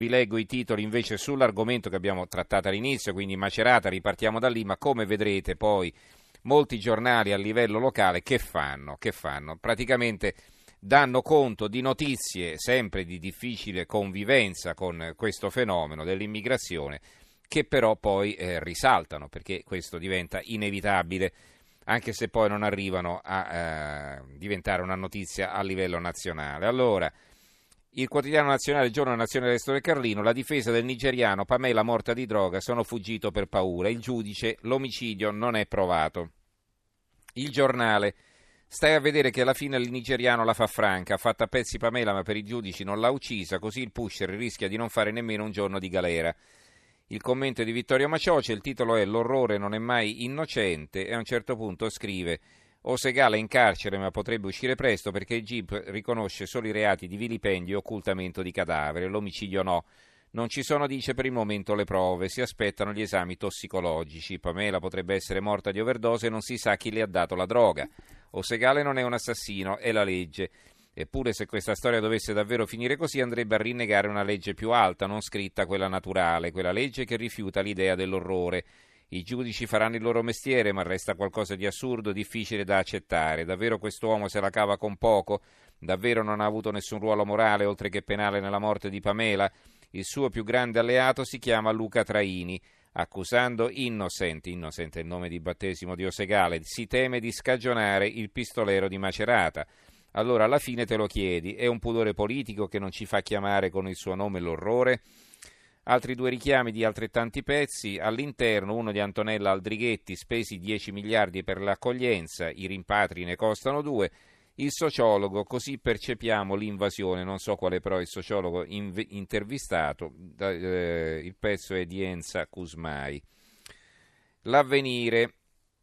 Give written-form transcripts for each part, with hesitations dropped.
Vi leggo i titoli invece sull'argomento che abbiamo trattato all'inizio, quindi Macerata, ripartiamo da lì, ma come vedrete poi molti giornali a livello locale che fanno? Praticamente danno conto di notizie sempre di difficile convivenza con questo fenomeno dell'immigrazione, che però poi risaltano, perché questo diventa inevitabile, anche se poi non arrivano a diventare una notizia a livello nazionale. Allora, il quotidiano nazionale, il giorno nazionale Resto del Carlino, la difesa del nigeriano, Pamela morta di droga, sono fuggito per paura. Il giudice, l'omicidio non è provato. Il giornale, stai a vedere che alla fine il nigeriano la fa franca, ha fatto a pezzi Pamela ma per i giudici non l'ha uccisa, così il pusher rischia di non fare nemmeno un giorno di galera. Il commento è di Vittorio Macioce, il titolo è "L'orrore non è mai innocente" e a un certo punto scrive: Osegala in carcere ma potrebbe uscire presto perché il GIP riconosce solo i reati di vilipendio e occultamento di cadavere, l'omicidio no. Non ci sono, dice, per il momento le prove, si aspettano gli esami tossicologici. Pamela potrebbe essere morta di overdose e non si sa chi le ha dato la droga. Osegale non è un assassino, è la legge. Eppure se questa storia dovesse davvero finire così andrebbe a rinnegare una legge più alta, non scritta, quella naturale, quella legge che rifiuta l'idea dell'orrore. I giudici faranno il loro mestiere, ma resta qualcosa di assurdo, difficile da accettare. Davvero quest'uomo se la cava con poco? Davvero non ha avuto nessun ruolo morale, oltre che penale, nella morte di Pamela? Il suo più grande alleato si chiama Luca Traini. Accusando Innocent è il nome di battesimo di Osegale, si teme di scagionare il pistolero di Macerata. Allora alla fine te lo chiedi, è un pudore politico che non ci fa chiamare con il suo nome l'orrore? Altri due richiami di altrettanti pezzi, all'interno uno di Antonella Aldrighetti, spesi 10 miliardi per l'accoglienza, i rimpatri ne costano 2, il sociologo, così percepiamo l'invasione, non so quale però il sociologo intervistato, il pezzo è di Enza Cusmai. L'Avvenire,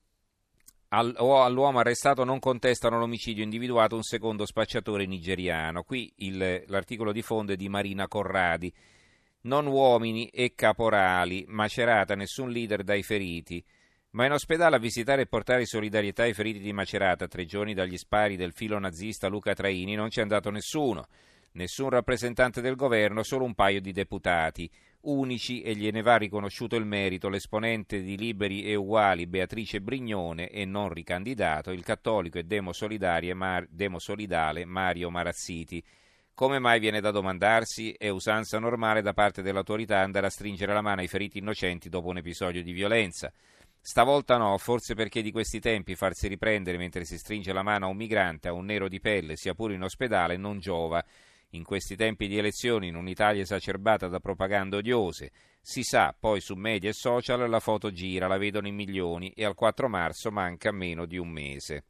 all'uomo arrestato non contestano l'omicidio, individuato un secondo spacciatore nigeriano, qui l'articolo di fondo è di Marina Corradi. Non uomini e caporali, Macerata, nessun leader dai feriti. Ma in ospedale a visitare e portare solidarietà ai feriti di Macerata, 3 giorni dagli spari del filo nazista Luca Traini, non c'è andato nessuno. Nessun rappresentante del governo, solo un paio di deputati. Unici, e gliene va riconosciuto il merito, l'esponente di Liberi e Uguali Beatrice Brignone e non ricandidato, il cattolico e demosolidale Mario Marazziti. Come mai, viene da domandarsi, è usanza normale da parte dell'autorità andare a stringere la mano ai feriti innocenti dopo un episodio di violenza? Stavolta no, forse perché di questi tempi farsi riprendere mentre si stringe la mano a un migrante, a un nero di pelle, sia pure in ospedale, non giova. In questi tempi di elezioni, in un'Italia esacerbata da propagande odiose, si sa, poi su media e social la foto gira, la vedono in milioni e al 4 marzo manca meno di un mese.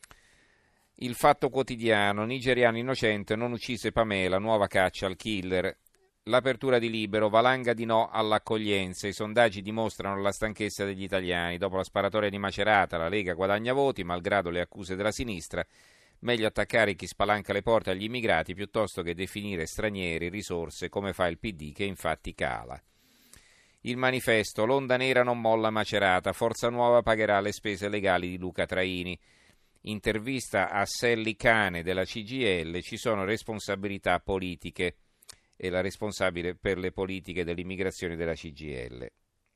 Il Fatto Quotidiano, nigeriano innocente, non uccise Pamela, nuova caccia al killer. L'apertura di Libero, valanga di no all'accoglienza, i sondaggi dimostrano la stanchezza degli italiani. Dopo la sparatoria di Macerata, la Lega guadagna voti, malgrado le accuse della sinistra. Meglio attaccare chi spalanca le porte agli immigrati piuttosto che definire stranieri risorse, come fa il PD, che infatti cala. Il Manifesto, l'onda nera non molla Macerata, Forza Nuova pagherà le spese legali di Luca Traini. Intervista a Selli Cane della CGIL, ci sono responsabilità politiche, e la responsabile per le politiche dell'immigrazione della CGIL.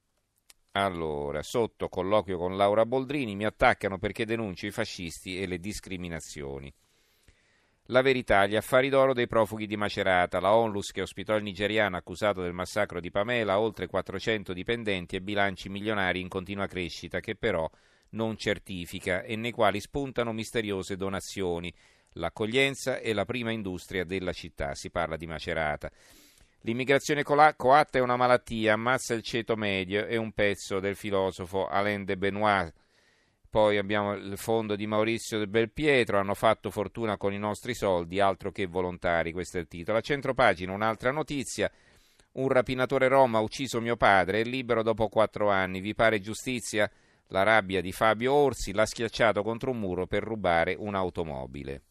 Allora, sotto colloquio con Laura Boldrini, mi attaccano perché denuncio i fascisti e le discriminazioni. La Verità, gli affari d'oro dei profughi di Macerata, la Onlus che ospitò il nigeriano accusato del massacro di Pamela, oltre 400 dipendenti e bilanci milionari in continua crescita che però non certifica e nei quali spuntano misteriose donazioni. L'accoglienza è la prima industria della città, si parla di Macerata. L'immigrazione coatta è una malattia, ammazza il ceto medio, è un pezzo del filosofo Alain de Benoist. Poi abbiamo il fondo di Maurizio de Belpietro, hanno fatto fortuna con i nostri soldi, altro che volontari, questo è il titolo. A centropagina un'altra notizia, un rapinatore rom ha ucciso mio padre, è libero dopo 4 anni, vi pare giustizia? La rabbia di Fabio Orsi, l'ha schiacciato contro un muro per rubare un'automobile.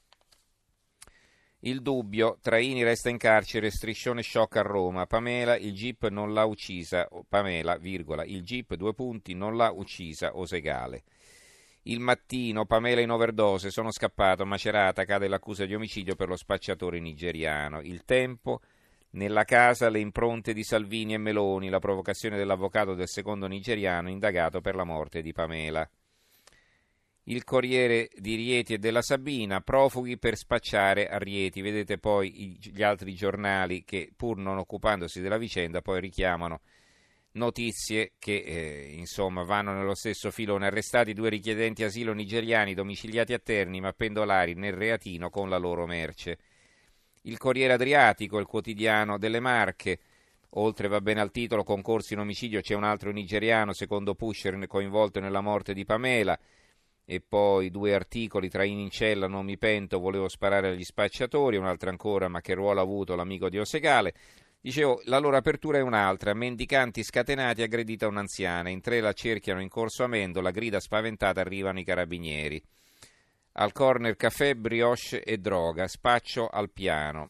Il Dubbio, Traini resta in carcere, striscione shock a Roma, Pamela, il GIP non l'ha uccisa, Pamela, il GIP, non l'ha uccisa Osegale. Il Mattino, Pamela in overdose, sono scappato, Macerata, cade l'accusa di omicidio per lo spacciatore nigeriano. Il Tempo, Nella casa le impronte di Salvini e Meloni, la provocazione dell'avvocato del secondo nigeriano indagato per la morte di Pamela. Il Corriere di Rieti e della Sabina, profughi per spacciare a Rieti. Vedete poi gli altri giornali che, pur non occupandosi della vicenda, poi richiamano notizie che insomma vanno nello stesso filone. Arrestati 2 richiedenti asilo nigeriani domiciliati a Terni ma pendolari nel Reatino con la loro merce. Il Corriere Adriatico, il quotidiano delle Marche, oltre va bene al titolo concorsi in omicidio, c'è un altro nigeriano secondo Pusher coinvolto nella morte di Pamela. E poi 2 articoli, traino in cella, non mi pento, volevo sparare agli spacciatori, un'altra ancora, ma che ruolo ha avuto l'amico di Osegale. Dicevo, la loro apertura è un'altra, mendicanti scatenati, aggredita un'anziana, in 3 la cerchiano in corso Amendola, grida spaventata, arrivano i carabinieri. Al corner caffè, brioche e droga, spaccio al piano.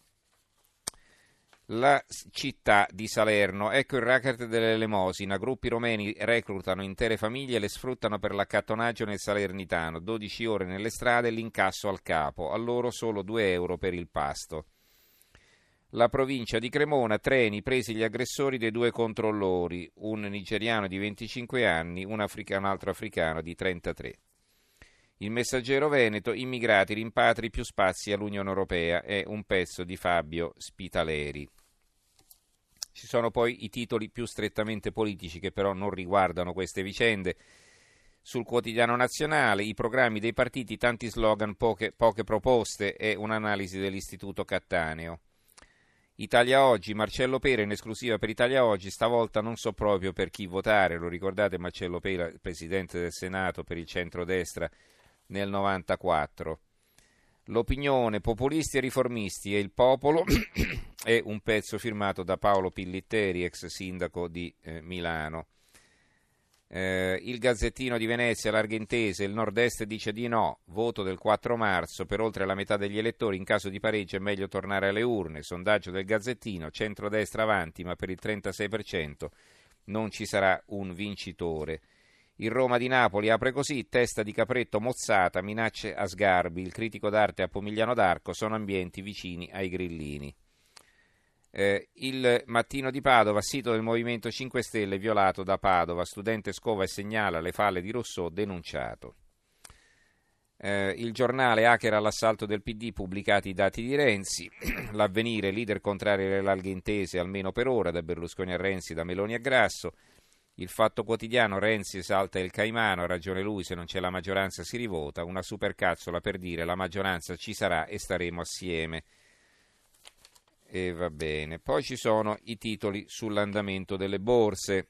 La città di Salerno, ecco il racket dell'elemosina, gruppi romeni reclutano intere famiglie e le sfruttano per l'accattonaggio nel Salernitano, 12 ore nelle strade e l'incasso al capo, a loro solo 2 euro per il pasto. La provincia di Cremona, treni, presi gli aggressori dei 2 controllori, un nigeriano di 25 anni, un altro africano di 33. Il Messaggero Veneto, immigrati, rimpatri, più spazi all'Unione Europea, è un pezzo di Fabio Spitaleri. Ci sono poi i titoli più strettamente politici che però non riguardano queste vicende. Sul Quotidiano Nazionale, i programmi dei partiti, tanti slogan, poche proposte e un'analisi dell'Istituto Cattaneo. Italia Oggi, Marcello Pera in esclusiva per Italia Oggi, stavolta non so proprio per chi votare, lo ricordate Marcello Pera, presidente del Senato per il centrodestra nel 94. L'Opinione, populisti e riformisti e il popolo è un pezzo firmato da Paolo Pillitteri, ex sindaco di Milano. Il Gazzettino di Venezia, l'Argentese, il nord-est dice di no, voto del 4 marzo, per oltre la metà degli elettori in caso di pareggio è meglio tornare alle urne, sondaggio del Gazzettino, centrodestra avanti ma per il 36% non ci sarà un vincitore. Il Roma di Napoli apre così, testa di capretto mozzata, minacce a Sgarbi, il critico d'arte a Pomigliano d'Arco, sono ambienti vicini ai grillini. Il Mattino di Padova, sito del Movimento 5 Stelle violato da Padova, studente scova e segnala le falle di Rousseau, denunciato. Il Giornale, hacker all'assalto del PD, pubblicati i dati di Renzi. L'Avvenire, leader contrario all'Alghentese almeno per ora, da Berlusconi a Renzi, da Meloni a Grasso. Il Fatto Quotidiano, Renzi esalta il Caimano, ha ragione lui, se non c'è la maggioranza si rivota, una supercazzola per dire la maggioranza ci sarà e staremo assieme. E va bene. Poi ci sono i titoli sull'andamento delle borse.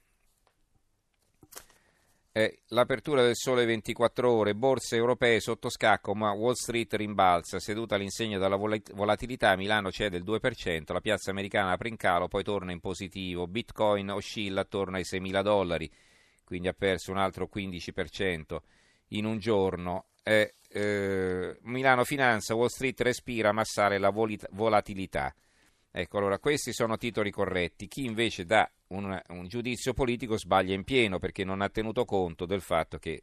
L'apertura del Sole 24 Ore, borse europee sotto scacco ma Wall Street rimbalza, seduta all'insegna della volatilità, Milano cede il 2%, la piazza americana apre in calo, poi torna in positivo, Bitcoin oscilla attorno ai $6.000, quindi ha perso un altro 15% in un giorno. Milano finanza, Wall Street respira ma sale la volatilità. Ecco, allora questi sono titoli corretti. Chi invece dà un giudizio politico sbaglia in pieno perché non ha tenuto conto del fatto che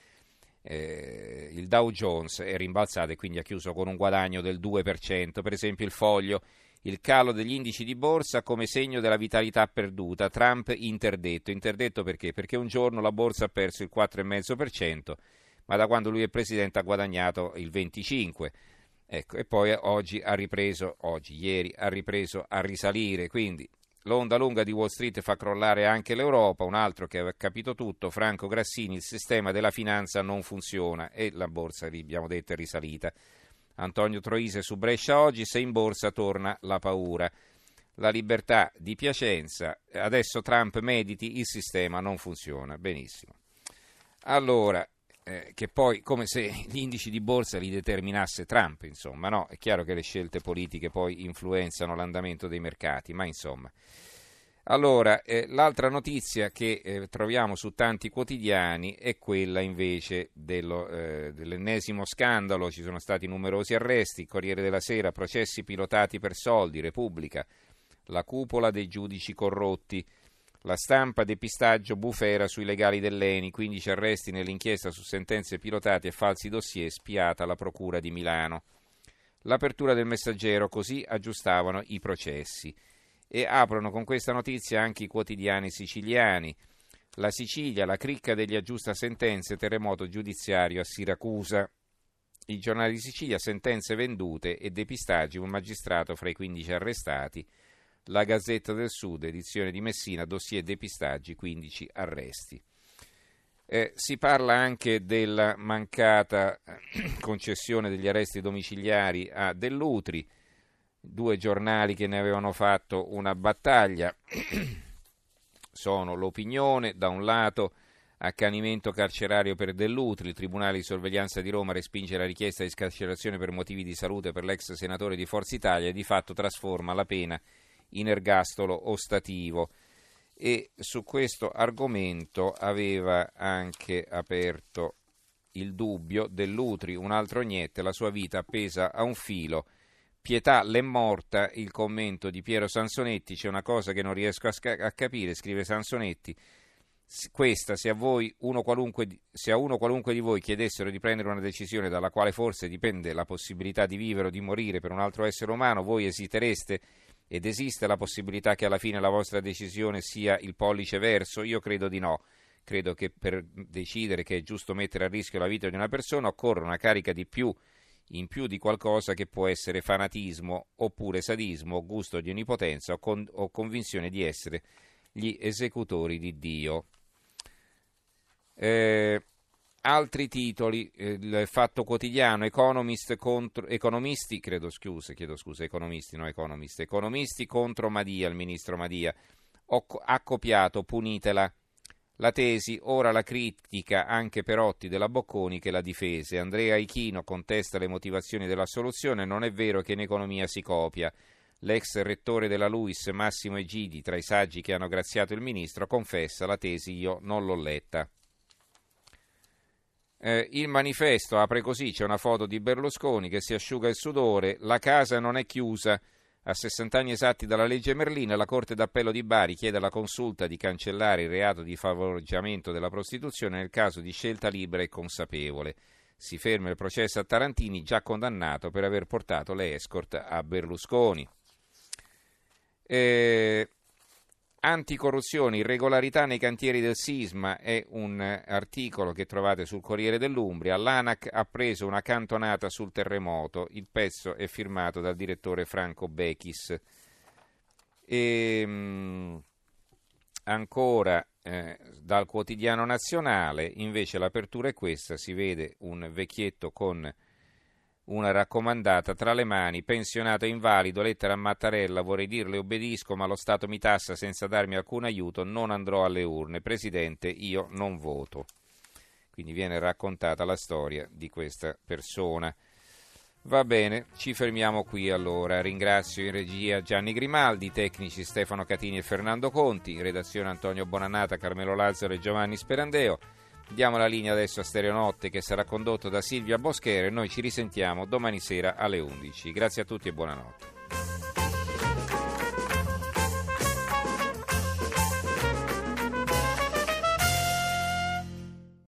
il Dow Jones è rimbalzato e quindi ha chiuso con un guadagno del 2%. Per esempio il Foglio, il calo degli indici di borsa come segno della vitalità perduta, Trump interdetto. Interdetto perché? Perché un giorno la borsa ha perso il 4,5%, ma da quando lui è presidente ha guadagnato il 25%. Ecco, e poi ieri ha ripreso a risalire, quindi l'onda lunga di Wall Street fa crollare anche l'Europa, un altro che aveva capito tutto, Franco Grassini, il sistema della finanza non funziona e la borsa, abbiamo detto, è risalita. Antonio Troise su Brescia oggi, se in borsa torna la paura. La Libertà di Piacenza, adesso Trump mediti, il sistema non funziona, benissimo. Allora, che poi come se gli indici di borsa li determinasse Trump, insomma, no? È chiaro che le scelte politiche poi influenzano l'andamento dei mercati, ma insomma. Allora, l'altra notizia che troviamo su tanti quotidiani è quella invece dell'ennesimo scandalo, ci sono stati numerosi arresti, Corriere della Sera, processi pilotati per soldi, Repubblica, la cupola dei giudici corrotti. La Stampa, depistaggio bufera sui legali dell'ENI, 15 arresti nell'inchiesta su sentenze pilotate e falsi dossier spiata alla Procura di Milano. L'apertura del Messaggero, così aggiustavano i processi. e aprono con questa notizia anche i quotidiani siciliani. La Sicilia, la cricca degli aggiustasentenze, terremoto giudiziario a Siracusa. I giornali di Sicilia, sentenze vendute e depistaggi, un magistrato fra i 15 arrestati. La Gazzetta del Sud, edizione di Messina, dossier depistaggi, 15 arresti. Si parla anche della mancata concessione degli arresti domiciliari a Dell'Utri, 2 giornali che ne avevano fatto una battaglia. Sono l'Opinione, da un lato, accanimento carcerario per Dell'Utri, il Tribunale di Sorveglianza di Roma respinge la richiesta di scarcerazione per motivi di salute per l'ex senatore di Forza Italia e di fatto trasforma la pena in ergastolo ostativo. E su questo argomento aveva anche aperto il dubbio Dell'Utri, un altro niente, la sua vita appesa a un filo. Pietà l'è morta, il commento di Piero Sansonetti, c'è una cosa che non riesco a capire, scrive Sansonetti, questa, se a uno qualunque di voi chiedessero di prendere una decisione dalla quale forse dipende la possibilità di vivere o di morire per un altro essere umano, voi esitereste? Ed esiste la possibilità che alla fine la vostra decisione sia il pollice verso? Io credo di no. Credo che per decidere che è giusto mettere a rischio la vita di una persona occorre una carica in più di qualcosa che può essere fanatismo oppure sadismo o gusto di onnipotenza o convinzione di essere gli esecutori di Dio. Altri titoli, il Fatto Quotidiano, economisti contro Madia, il ministro Madia, ha copiato, punitela. La tesi, ora la critica anche Perotti della Bocconi che la difese. Andrea Ichino contesta le motivazioni della soluzione, non è vero che in economia si copia. L'ex rettore della LUIS, Massimo Egidi, tra i saggi che hanno graziato il ministro, confessa la tesi io non l'ho letta. Il Manifesto apre così, c'è una foto di Berlusconi che si asciuga il sudore, la casa non è chiusa. A 60 anni esatti dalla legge Merlin, la Corte d'Appello di Bari chiede alla Consulta di cancellare il reato di favoreggiamento della prostituzione nel caso di scelta libera e consapevole. Si ferma il processo a Tarantini, già condannato per aver portato le escort a Berlusconi. Anticorruzione, irregolarità nei cantieri del sisma è un articolo che trovate sul Corriere dell'Umbria. L'ANAC ha preso una cantonata sul terremoto, il pezzo è firmato dal direttore Franco Bechis. Ancora dal Quotidiano Nazionale, invece l'apertura è questa, si vede un vecchietto con una raccomandata tra le mani, pensionato e invalido, lettera a Mattarella, vorrei dirle obbedisco ma lo Stato mi tassa senza darmi alcun aiuto, non andrò alle urne, Presidente io non voto. Quindi viene raccontata la storia di questa persona. Va bene, ci fermiamo qui allora, ringrazio in regia Gianni Grimaldi, tecnici Stefano Catini e Fernando Conti, in redazione Antonio Bonannata, Carmelo Lazzaro e Giovanni Sperandeo. Diamo la linea adesso a Stereonotte che sarà condotto da Silvia Boschere e noi ci risentiamo domani sera alle 11. Grazie a tutti e buonanotte.